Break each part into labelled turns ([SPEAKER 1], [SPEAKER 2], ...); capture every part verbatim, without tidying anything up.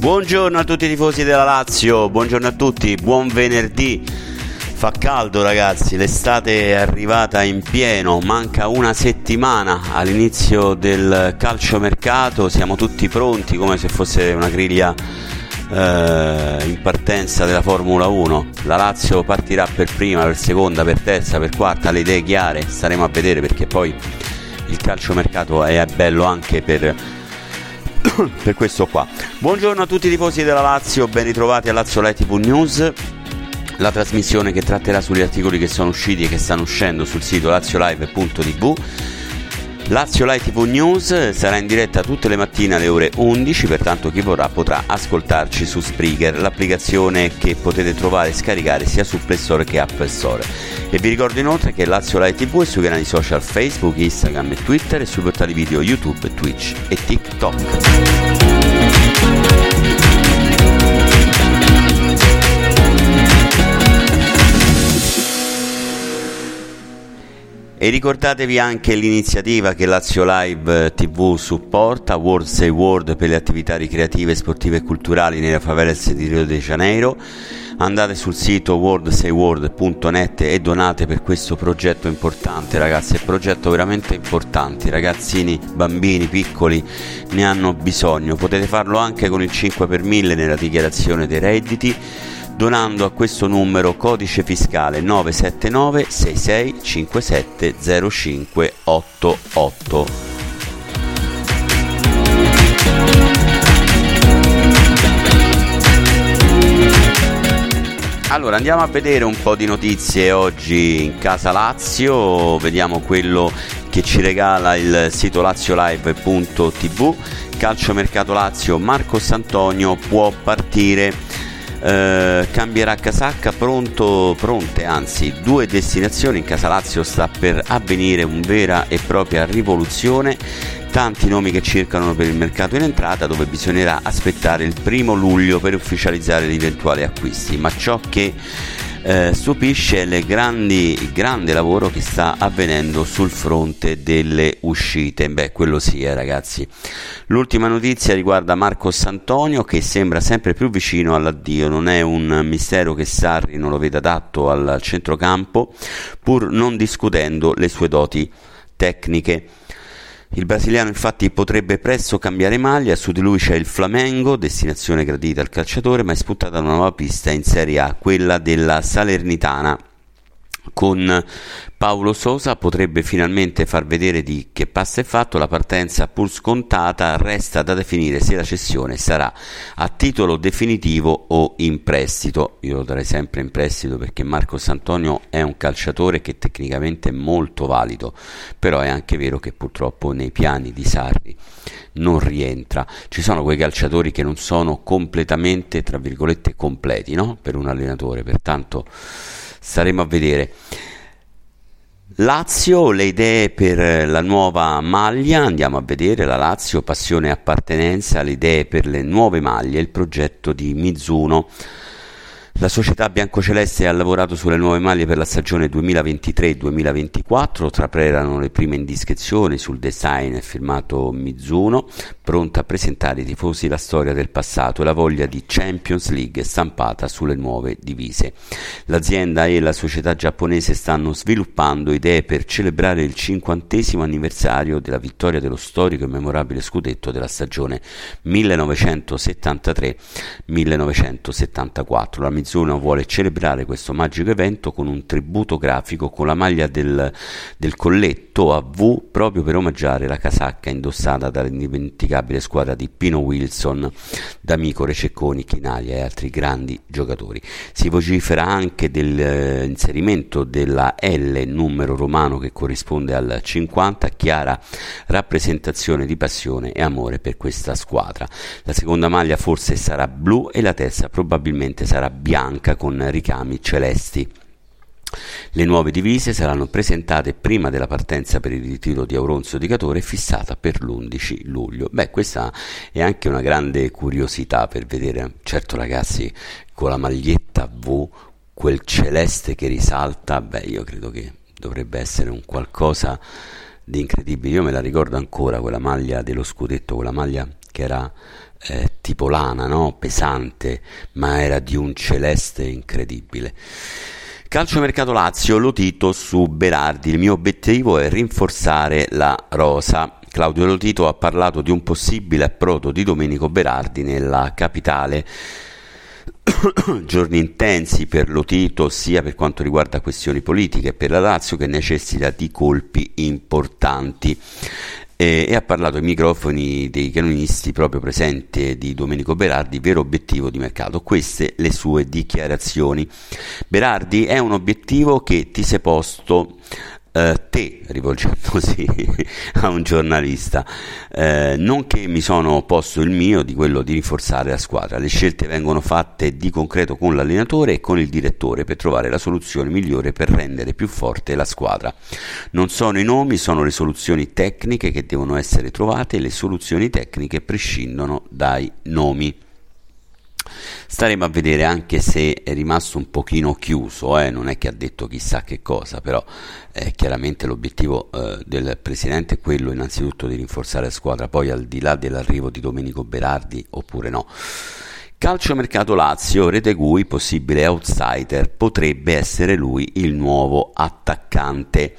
[SPEAKER 1] Buongiorno a tutti i tifosi della Lazio, buongiorno a tutti, buon venerdì. Fa caldo ragazzi, l'estate è arrivata in pieno, manca una settimana all'inizio del calciomercato, siamo tutti pronti come se fosse una griglia eh, in partenza della Formula uno. La Lazio partirà per prima, per seconda, per terza, per quarta, le idee chiare, staremo a vedere perché poi il calciomercato è bello anche per... per questo qua. Buongiorno a tutti i tifosi della Lazio, ben ritrovati a Lazio Live T V News, la trasmissione che tratterà sugli articoli che sono usciti e che stanno uscendo sul sito laziolive punto tv. Lazio Live T V News sarà in diretta tutte le mattine alle ore undici, pertanto chi vorrà potrà ascoltarci su Spreaker, l'applicazione che potete trovare e scaricare sia su Play Store che App Store. E vi ricordo inoltre che Lazio Live T V è sui canali social Facebook, Instagram e Twitter e sui portali video YouTube, Twitch e TikTok. E ricordatevi anche l'iniziativa che Lazio Live T V supporta, World Say World, per le attività ricreative, sportive e culturali nelle favelas di Rio de Janeiro. Andate sul sito world say world punto net e donate per questo progetto importante, ragazzi, è un progetto veramente importante, i ragazzini, bambini piccoli ne hanno bisogno. Potete farlo anche con il cinque per mille nella dichiarazione dei redditi, donando a questo numero codice fiscale nove sette nove sei sei cinque sette zero cinque otto otto. Allora andiamo a vedere un po' di notizie oggi in casa Lazio, vediamo quello che ci regala il sito laziolive punto tv. Calciomercato Lazio, Marcos Antonio può partire. Uh, cambierà casacca, pronto, pronte anzi due destinazioni. In casa Lazio sta per avvenire una vera e propria rivoluzione, tanti nomi che circolano per il mercato in entrata, dove bisognerà aspettare il primo luglio per ufficializzare gli eventuali acquisti, ma ciò che Uh, stupisce il, grandi, il grande lavoro che sta avvenendo sul fronte delle uscite. Beh, quello sì, eh, ragazzi. L'ultima notizia riguarda Marcos Antonio, che sembra sempre più vicino all'addio. Non è un mistero che Sarri non lo veda adatto al centrocampo, pur non discutendo le sue doti tecniche. Il brasiliano infatti potrebbe presto cambiare maglia, su di lui c'è il Flamengo, destinazione gradita al calciatore, ma è spuntata una nuova pista in Serie A, quella della Salernitana. Con Paulo Sousa potrebbe finalmente far vedere di che pasta è fatto, la partenza pur scontata, resta da definire se la cessione sarà a titolo definitivo o in prestito. Io lo darei sempre in prestito perché Marcos Antonio è un calciatore che tecnicamente è molto valido, però è anche vero che purtroppo nei piani di Sarri non rientra. Ci sono quei calciatori che non sono completamente, tra virgolette, completi, no? Per un allenatore, pertanto staremo a vedere. Lazio, le idee per la nuova maglia, andiamo a vedere. La Lazio, passione e appartenenza, le idee per le nuove maglie, il progetto di Mizuno. La società biancoceleste ha lavorato sulle nuove maglie per la stagione duemilaventitré duemilaventiquattro, traprerano le prime indiscrezioni sul design firmato Mizuno, pronta a presentare ai tifosi la storia del passato e la voglia di Champions League stampata sulle nuove divise. L'azienda e la società giapponese stanno sviluppando idee per celebrare il cinquantesimo anniversario della vittoria dello storico e memorabile scudetto della stagione millenovecentosettantatré millenovecentosettantaquattro. La Mizuno vuole celebrare questo magico evento con un tributo grafico con la maglia del, del colletto a V, proprio per omaggiare la casacca indossata dall'indimenticabile squadra di Pino Wilson, D'Amico, Rececconi, Chinaglia e altri grandi giocatori. Si vocifera anche dell'inserimento della L, numero romano che corrisponde al cinquanta, chiara rappresentazione di passione e amore per questa squadra. La seconda maglia forse sarà blu e la terza probabilmente sarà bianca con ricami celesti. Le nuove divise saranno presentate prima della partenza per il ritiro di Auronzio Di Catore, fissata per l'undici luglio. Beh, questa è anche una grande curiosità per vedere, certo ragazzi, con la maglietta V, quel celeste che risalta, beh, io credo che dovrebbe essere un qualcosa di incredibile. Io me la ricordo ancora quella maglia dello scudetto, quella maglia che era eh, tipo lana, no? Pesante, ma era di un celeste incredibile. Calciomercato Lazio, Lotito su Berardi. Il mio obiettivo è rinforzare la rosa. Claudio Lotito ha parlato di un possibile approdo di Domenico Berardi nella capitale. Giorni intensi per Lotito, sia per quanto riguarda questioni politiche per la Lazio, che necessita di colpi importanti. E, e ha parlato ai microfoni dei canonisti proprio presente di Domenico Berardi, vero obiettivo di mercato. Queste le sue dichiarazioni. Berardi, è un obiettivo che ti sei posto Uh, te, rivolgendosi a un giornalista, uh, non che mi sono posto il mio di quello di rinforzare la squadra. Le scelte vengono fatte di concreto con l'allenatore e con il direttore per trovare la soluzione migliore per rendere più forte la squadra. Non sono i nomi, sono le soluzioni tecniche che devono essere trovate, e le soluzioni tecniche prescindono dai nomi. Staremo a vedere, anche se è rimasto un pochino chiuso, eh? Non è che ha detto chissà che cosa, però eh, chiaramente l'obiettivo eh, del presidente è quello innanzitutto di rinforzare la squadra, poi al di là dell'arrivo di Domenico Berardi oppure no. Calciomercato Lazio, Retegui, possibile outsider, potrebbe essere lui il nuovo attaccante.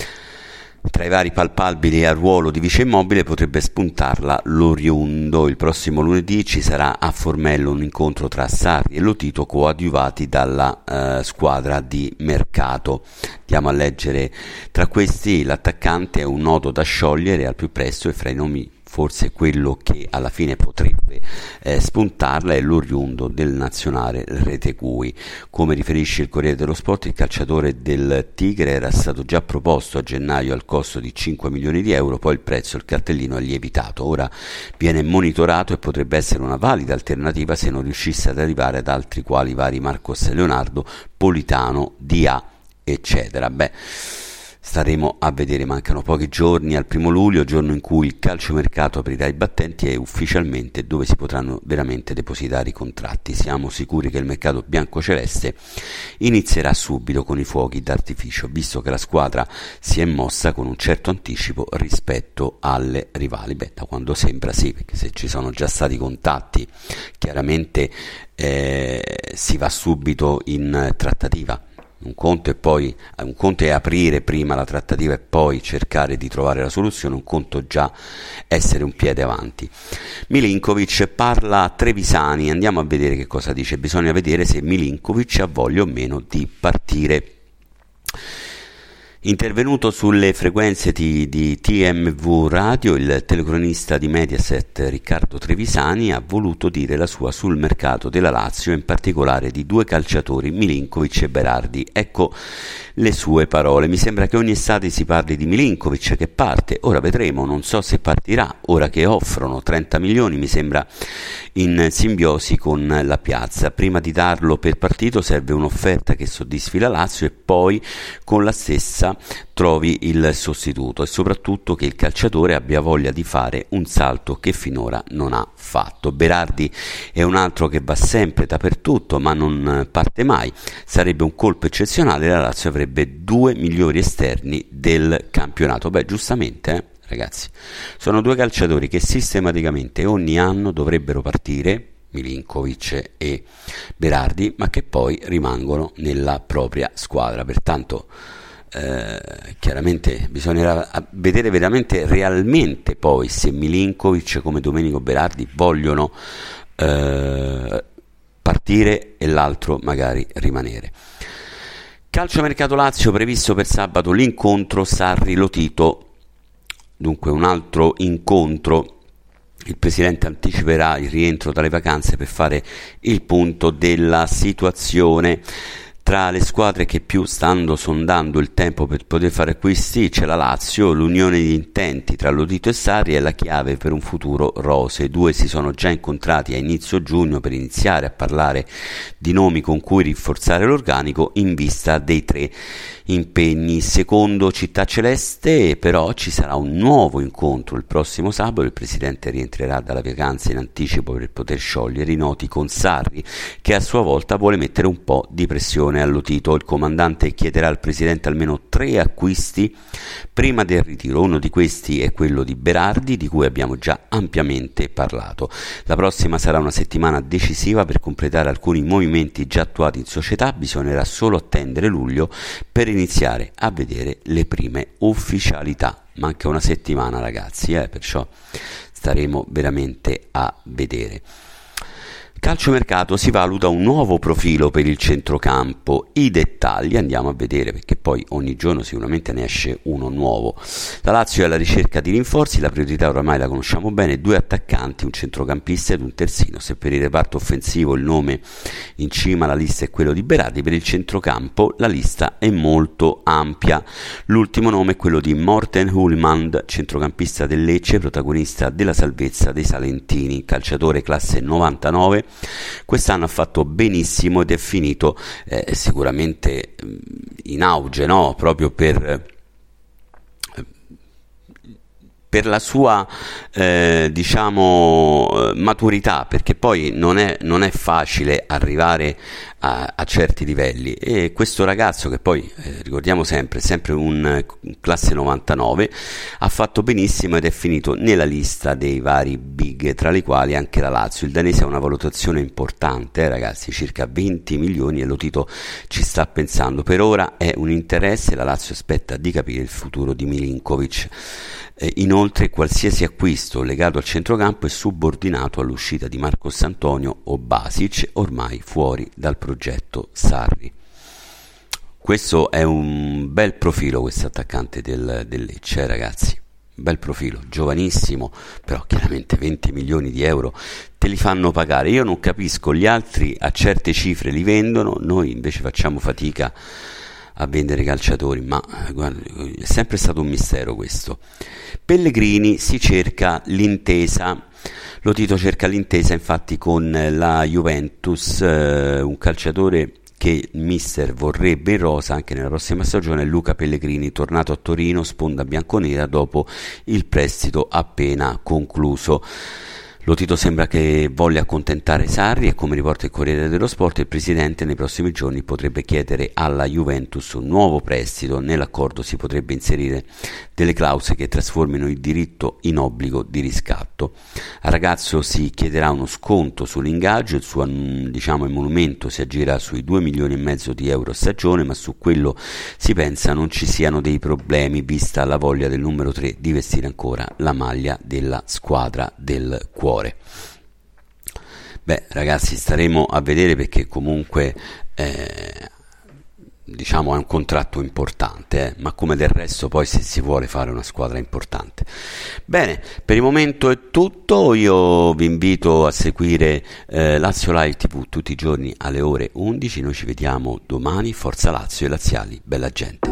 [SPEAKER 1] Tra i vari palpabili al ruolo di vice immobile potrebbe spuntarla l'Oriundo. Il prossimo lunedì ci sarà a Formello un incontro tra Sarri e Lotito, coadiuvati dalla eh, squadra di mercato. Andiamo a leggere tra questi: l'attaccante è un nodo da sciogliere al più presto, e fra i nomi forse quello che alla fine potrebbe eh, spuntarla è l'oriundo del nazionale Retegui. Come riferisce il Corriere dello Sport, il calciatore del Tigre era stato già proposto a gennaio al costo di cinque milioni di euro, poi il prezzo, il cartellino è lievitato. Ora viene monitorato e potrebbe essere una valida alternativa se non riuscisse ad arrivare ad altri quali vari Marcos Leonardo, Politano, Dia, eccetera. Beh, staremo a vedere. Mancano pochi giorni al primo luglio, giorno in cui il calciomercato aprirà i battenti e ufficialmente dove si potranno veramente depositare i contratti. Siamo sicuri che il mercato biancoceleste inizierà subito con i fuochi d'artificio, visto che la squadra si è mossa con un certo anticipo rispetto alle rivali. Beh, da quando sembra sì, perché se ci sono già stati contatti, chiaramente eh, si va subito in trattativa. Un conto è poi un conto è aprire prima la trattativa e poi cercare di trovare la soluzione, un conto già essere un piede avanti. Milinkovic parla a Trevisani, andiamo a vedere che cosa dice. Bisogna vedere se Milinkovic ha voglia o meno di partire. Intervenuto sulle frequenze di, di T M V Radio, il telecronista di Mediaset Riccardo Trevisani ha voluto dire la sua sul mercato della Lazio, in particolare di due calciatori, Milinkovic e Berardi. Ecco le sue parole: mi sembra che ogni estate si parli di Milinkovic che parte, ora vedremo, non so se partirà, ora che offrono trenta milioni mi sembra in simbiosi con la piazza. Prima di darlo per partito serve un'offerta che soddisfi la Lazio e poi con la stessa trovi il sostituto, e soprattutto che il calciatore abbia voglia di fare un salto che finora non ha fatto. Berardi è un altro che va sempre dappertutto ma non parte mai, sarebbe un colpo eccezionale, la Lazio avrebbe due migliori esterni del campionato. Beh, giustamente, eh, ragazzi, sono due calciatori che sistematicamente ogni anno dovrebbero partire, Milinkovic e Berardi, ma che poi rimangono nella propria squadra. Pertanto Eh, chiaramente bisognerà vedere veramente realmente poi se Milinkovic come Domenico Berardi vogliono eh, partire e l'altro magari rimanere. Calciomercato Lazio, previsto per sabato l'incontro Sarri-Lotito, dunque un altro incontro. Il presidente anticiperà il rientro dalle vacanze per fare il punto della situazione. Tra le squadre che più stanno sondando il tempo per poter fare acquisti c'è la Lazio. L'unione di intenti tra Lotito e Sarri è la chiave per un futuro rose. I due si sono già incontrati a inizio giugno per iniziare a parlare di nomi con cui rinforzare l'organico in vista dei tre impegni. Secondo Città Celeste però ci sarà un nuovo incontro il prossimo sabato. Il presidente rientrerà dalla vacanza in anticipo per poter sciogliere i nodi con Sarri, che a sua volta vuole mettere un po' di pressione opzione a Lotito. Il comandante chiederà al presidente almeno tre acquisti prima del ritiro. Uno di questi è quello di Berardi, di cui abbiamo già ampiamente parlato. La prossima sarà una settimana decisiva per completare alcuni movimenti già attuati in società. Bisognerà solo attendere luglio per iniziare a vedere le prime ufficialità. Manca una settimana, ragazzi, eh, perciò staremo veramente a vedere. Calciomercato, si valuta un nuovo profilo per il centrocampo. I dettagli andiamo a vedere, perché poi ogni giorno sicuramente ne esce uno nuovo. La Lazio è alla ricerca di rinforzi, la priorità oramai la conosciamo bene: due attaccanti, un centrocampista ed un terzino. Se per il reparto offensivo il nome in cima alla lista è quello di Berardi, per il centrocampo la lista è molto ampia. L'ultimo nome è quello di Morten Hulmand, centrocampista del Lecce, protagonista della salvezza dei salentini, calciatore classe novantanove. Quest'anno ha fatto benissimo ed è finito eh, sicuramente in auge, no? Proprio per per la sua eh, diciamo maturità, perché poi non è, non è facile arrivare a, a certi livelli, e questo ragazzo, che poi eh, ricordiamo sempre, sempre un, un classe novantanove, ha fatto benissimo ed è finito nella lista dei vari big, tra le quali anche la Lazio. Il danese ha una valutazione importante, eh, ragazzi, circa venti milioni, e Lotito ci sta pensando. Per ora è un interesse, la Lazio aspetta di capire il futuro di Milinkovic. Eh, inoltre qualsiasi acquisto legato al centrocampo è subordinato all'uscita di Marcos Antonio o Basic, ormai fuori dal progetto Sarri. Questo è un bel profilo, questo attaccante del, del Lecce, eh, ragazzi, bel profilo, giovanissimo, però chiaramente venti milioni di euro te li fanno pagare. Io non capisco, gli altri a certe cifre li vendono, noi invece facciamo fatica a vendere calciatori, ma guarda, è sempre stato un mistero questo. Pellegrini, si cerca l'intesa. Lotito cerca l'intesa infatti con la Juventus, eh, un calciatore che il mister vorrebbe in rosa anche nella prossima stagione. Luca Pellegrini, tornato a Torino, sponda bianconera dopo il prestito appena concluso. Lotito sembra che voglia accontentare Sarri, e come riporta il Corriere dello Sport il presidente nei prossimi giorni potrebbe chiedere alla Juventus un nuovo prestito. Nell'accordo si potrebbe inserire delle clausole che trasformino il diritto in obbligo di riscatto. Al ragazzo si chiederà uno sconto sull'ingaggio, il suo diciamo emolumento si aggira sui due milioni e mezzo di euro a stagione, ma su quello si pensa non ci siano dei problemi, vista la voglia del numero tre di vestire ancora la maglia della squadra del cuore. Beh, ragazzi, staremo a vedere, perché comunque eh, diciamo è un contratto importante, eh, ma come del resto poi se si vuole fare una squadra importante. Bene, per il momento è tutto. Io vi invito a seguire eh, Lazio Live tivù tutti i giorni alle ore undici. Noi ci vediamo domani. Forza Lazio e laziali, bella gente.